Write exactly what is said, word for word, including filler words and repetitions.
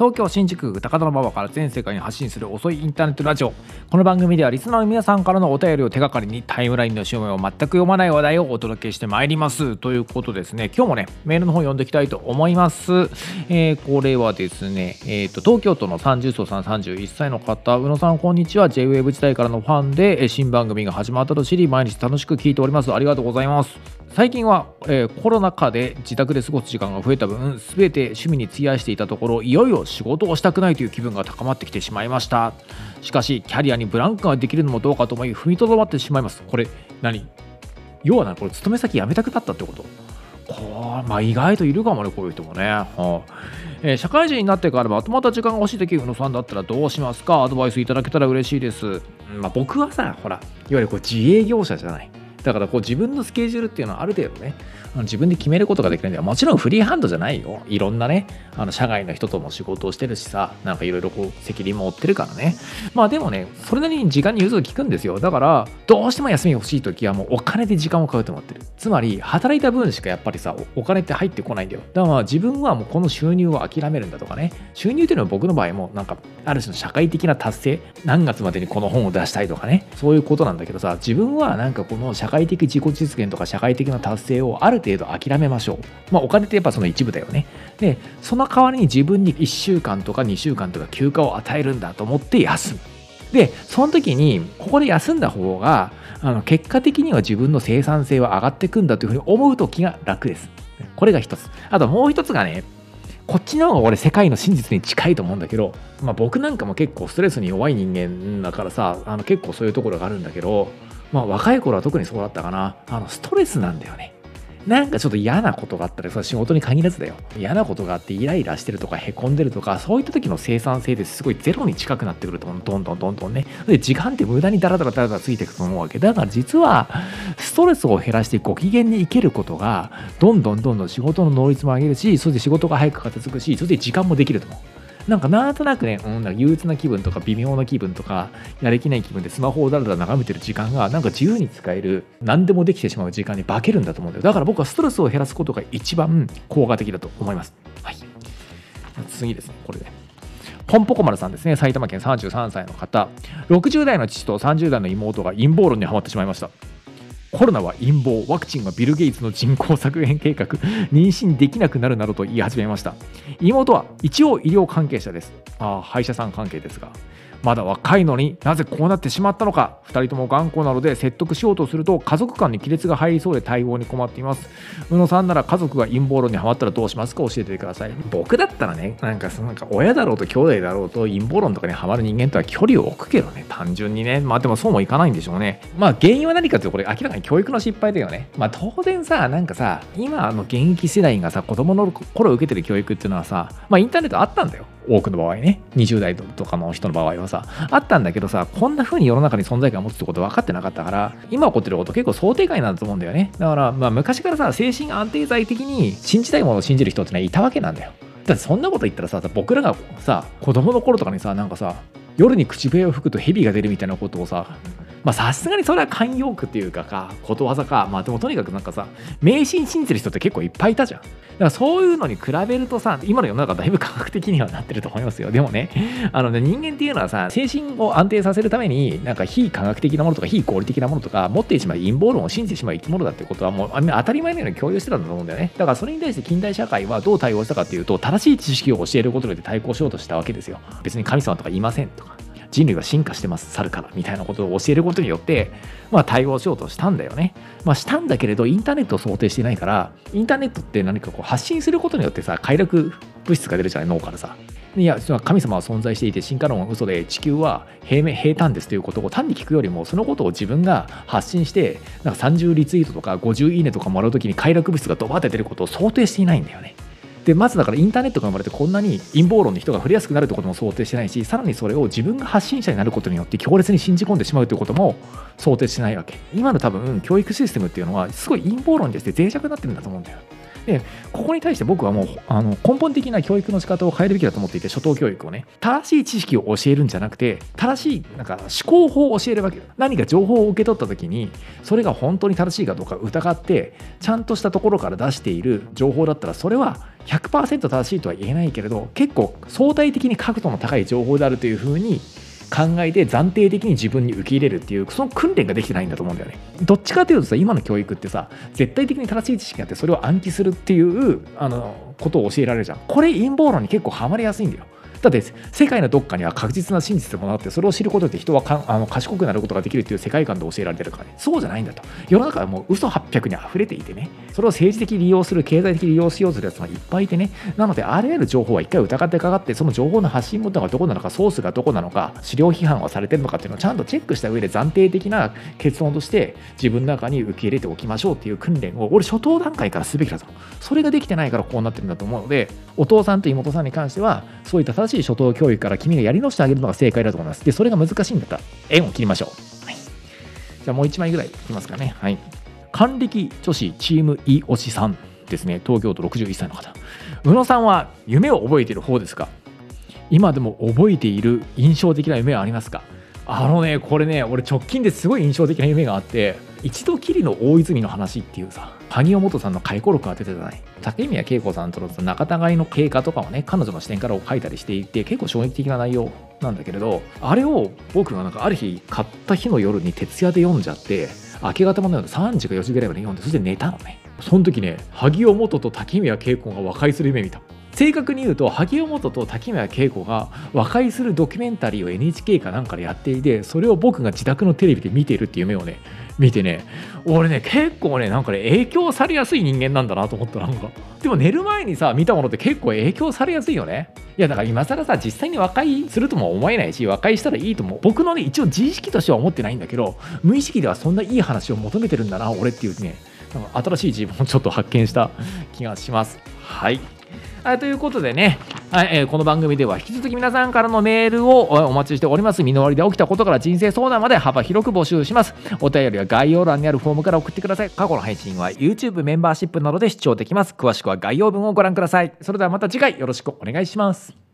東京新宿区高田馬場から全世界に発信する遅いインターネットラジオ。この番組ではリスナーの皆さんからのお便りを手がかりにタイムラインの趣味を全く読まない話題をお届けしてまいりますということですね。今日もねメールの方読んでいきたいと思います。えー、これはですね、えー、と東京都のさんじゅうそうさんさんじゅういっさいの方、宇野さんこんにちは。 ジェイウェーブ 時代からのファンで新番組が始まったと知り毎日楽しく聞いております。ありがとうございます。最近は、えー、コロナ禍で自宅で過ごす時間が増えた分、すべて趣味に費やしていたところ、いよいよ仕事をしたくないという気分が高まってきてしまいました。しかしキャリアにブランクができるのもどうかと思い踏みとどまってしまいます。これ何要はな、これ勤め先辞めたくなったってこと？こうまあ意外といるかもね、こういう人もね。はあえー、社会人になってからまとまった時間が欲しいとき、宇野さんだったらどうしますか？アドバイスいただけたら嬉しいです。まあ、僕はさ、ほらいわゆるこう自営業者じゃない。だからこう自分のスケジュールっていうのはある程度ね、あの自分で決めることができるんだよ。もちろんフリーハンドじゃないよ。いろんなね、あの社外の人とも仕事をしてるしさ、なんかいろいろこう責任も負ってるからね。まあでもね、それなりに時間に融通が利くんですよ。だからどうしても休みが欲しいときはもうお金で時間を買うと思ってる。つまり働いた分しかやっぱりさ、お金って入ってこないんだよ。だからまあ自分はもうこの収入を諦めるんだとかね。収入っていうのは僕の場合もなんかある種の社会的な達成、何月までにこの本を出したいとかね、そういうことなんだけどさ、自分はなんかこの社会的自己実現とか社会的な達成をある程度諦めましょう。まあお金ってやっぱその一部だよね。で、その代わりに自分にいっしゅうかんとかにしゅうかんとか休暇を与えるんだと思って休む。で、その時にここで休んだ方があの結果的には自分の生産性は上がっていくんだというふうに思うと気が楽です。これが一つ。あともう一つがね、こっちの方が俺世界の真実に近いと思うんだけど、まあ、僕なんかも結構ストレスに弱い人間だからさ、あの結構そういうところがあるんだけど、まあ、若い頃は特にそうだったかな。あのストレスなんだよね。なんかちょっと嫌なことがあったりさ、仕事に限らずだよ。嫌なことがあってイライラしてるとかへこんでるとか、そういった時の生産性ってすごいゼロに近くなってくると思う。どんどんどんどんね。で、時間って無駄にダラダラダラダラついていくと思うわけ。だから実はストレスを減らしてご機嫌に生きることがどんどんどんどん仕事の能率も上げるし、そして仕事が早く片付くし、そして時間もできると思う。なんかなんとなくね、うん、なんか憂鬱な気分とか微妙な気分とかやる気ない気分でスマホをだらだら眺めてる時間がなんか自由に使える、何でもできてしまう時間に化けるんだと思うんだよ。だから僕はストレスを減らすことが一番効果的だと思います。はい。次ですね、これね。ポンポコ丸さんですね。埼玉県さんじゅうさんさいの方。ろくじゅう代の父とさんじゅう代の妹が陰謀論にはまってしまいました。コロナは陰謀、ワクチンはビル・ゲイツの人口削減計画、妊娠できなくなるなどと言い始めました。妹は一応医療関係者です。ああ、歯医者さん関係ですが、まだ若いのになぜこうなってしまったのか。ふたりとも頑固なので説得しようとすると家族間に亀裂が入りそうで対応に困っています。宇野さんなら家族が陰謀論にはまったらどうしますか？教えてください。僕だったらね、なんかそのなんか親だろうと兄弟だろうと陰謀論とかにはまる人間とは距離を置くけどね、単純にね。まあでもそうもいかないんでしょうね。まあ原因は何かというと、これ明らかに教育の失敗だよね。まあ当然さ、なんかさ、今の現役世代がさ、子供の頃受けてる教育っていうのはさ、まあインターネットあったんだよ。多くの場合ね、にじゅう代とかの人の場合はさ、あったんだけどさ、こんな風に世の中に存在感を持つってこと分かってなかったから、今起こってること結構想定外なんだと思うんだよね。だから、まあ昔からさ、精神安定剤的に信じたいものを信じる人ってのはいたわけなんだよ。だってそんなこと言ったらさ、僕らがさ、子供の頃とかにさ、なんかさ、夜に口笛を吹くと蛇が出るみたいなことをさ、まあさすがにそれは慣用句っていうかか、ことわざか、まあでもとにかくなんかさ、迷信信じてる人って結構いっぱいいたじゃん。だからそういうのに比べるとさ、今の世の中だいぶ科学的にはなってると思いますよ。でもね、あのね、人間っていうのはさ、精神を安定させるために、なんか非科学的なものとか非合理的なものとか、持ってしまう陰謀論を信じてしまう生き物だってことはもう当たり前のように共有してたんだと思うんだよね。だからそれに対して近代社会はどう対応したかっていうと、正しい知識を教えることで対抗しようとしたわけですよ。別に神様とかいませんとか。人類は進化してます、猿からみたいなことを教えることによって、まあ、対応しようとしたんだよね。まあ、したんだけれど、インターネットを想定してないから、インターネットって何かこう発信することによってさ、快楽物質が出るじゃない、脳からさ。いや、神様は存在していて、進化論は嘘で、地球は平面平坦ですということを単に聞くよりも、そのことを自分が発信して、なんかさんじゅうリツイートとかごじゅういいねとかもらうときに快楽物質がドバーって出ることを想定していないんだよね。でまずだからインターネットが生まれてこんなに陰謀論の人が触れやすくなるってことも想定してないし、さらにそれを自分が発信者になることによって強烈に信じ込んでしまうということも想定してないわけ。今の多分教育システムっていうのはすごい陰謀論にして脆弱になってるんだと思うんだよ。 でここに対して僕はもうあの根本的な教育の仕方を変えるべきだと思っていて、初等教育をね、正しい知識を教えるんじゃなくて、正しいなんか思考法を教えるわけ。何か情報を受け取った時にそれが本当に正しいかどうか疑って、ちゃんとしたところから出している情報だったら、それは ひゃくパーセント 正しいとは言えないけれど、結構相対的に確度の高い情報であるというふうに考えて、暫定的に自分に受け入れるっていう、その訓練ができてないんだと思うんだよね。どっちかというとさ、今の教育ってさ、絶対的に正しい知識があってそれを暗記するっていうあのことを教えられるじゃん。これ陰謀論に結構ハマりやすいんだよ。だって世界のどっかには確実な真実もあって、それを知ることで人はかあの賢くなることができるっていう世界観で教えられてるからね。そうじゃないんだと。世の中はもう嘘はっぴゃくに溢れていてね、それを政治的に利用する、経済的に利用しようするやつがいっぱいいてね。なのであらゆる情報は一回疑ってかかって、その情報の発信元がどこなのか、ソースがどこなのか、資料批判をされてるのかっていうのをちゃんとチェックした上で、暫定的な結論として自分の中に受け入れておきましょうっていう訓練を俺初等段階からすべきだと。それができてないからこうなってるんだと思うので、お父さんと妹さんに関してはそういった正しい初等教育から君がやり直してあげるのが正解だと思います。でそれが難しいんだったら縁を切りましょう。はい、じゃあもういちまいぐらいいきますかね。はい、還暦女子チームいおしさんですね。東京都ろくじゅういっさいの方。宇野さんは夢を覚えている方ですか？今でも覚えている印象的な夢はありますか？あのね、これね、俺直近ですごい印象的な夢があって、一度きりの大泉の話っていうさ、萩尾元さんの回顧録が出てたじゃない。竹宮恵子さんとの仲違いの経過とかをね、彼女の視点から書いたりしていて、結構衝撃的な内容なんだけれど、あれを僕がなんかある日買った日の夜に徹夜で読んじゃって、明け方までのさんじかよじぐらいまで読んで、そして寝たのね。その時ね、萩尾元と竹宮恵子が和解する夢見た。正確に言うと萩尾元と竹宮恵子が和解するドキュメンタリーを エヌエイチケー かなんかでやっていて、それを僕が自宅のテレビで見ているっていう夢をね見てね、俺ね結構ねなんかね影響されやすい人間なんだなと思った。なんかでも寝る前にさ見たものって結構影響されやすいよね。いやだから今更さ実際に和解するとも思えないし、和解したらいいとも僕のね一応自意識としては思ってないんだけど、無意識ではそんないい話を求めてるんだな俺っていうね、なんか新しい自分をちょっと発見した気がします。はい、はい、ということでね、はいえー、この番組では引き続き皆さんからのメールをお待ちしております。身の回りで起きたことから人生相談まで幅広く募集します。お便りは概要欄にあるフォームから送ってください。過去の配信は YouTube メンバーシップなどで視聴できます。詳しくは概要文をご覧ください。それではまた次回よろしくお願いします。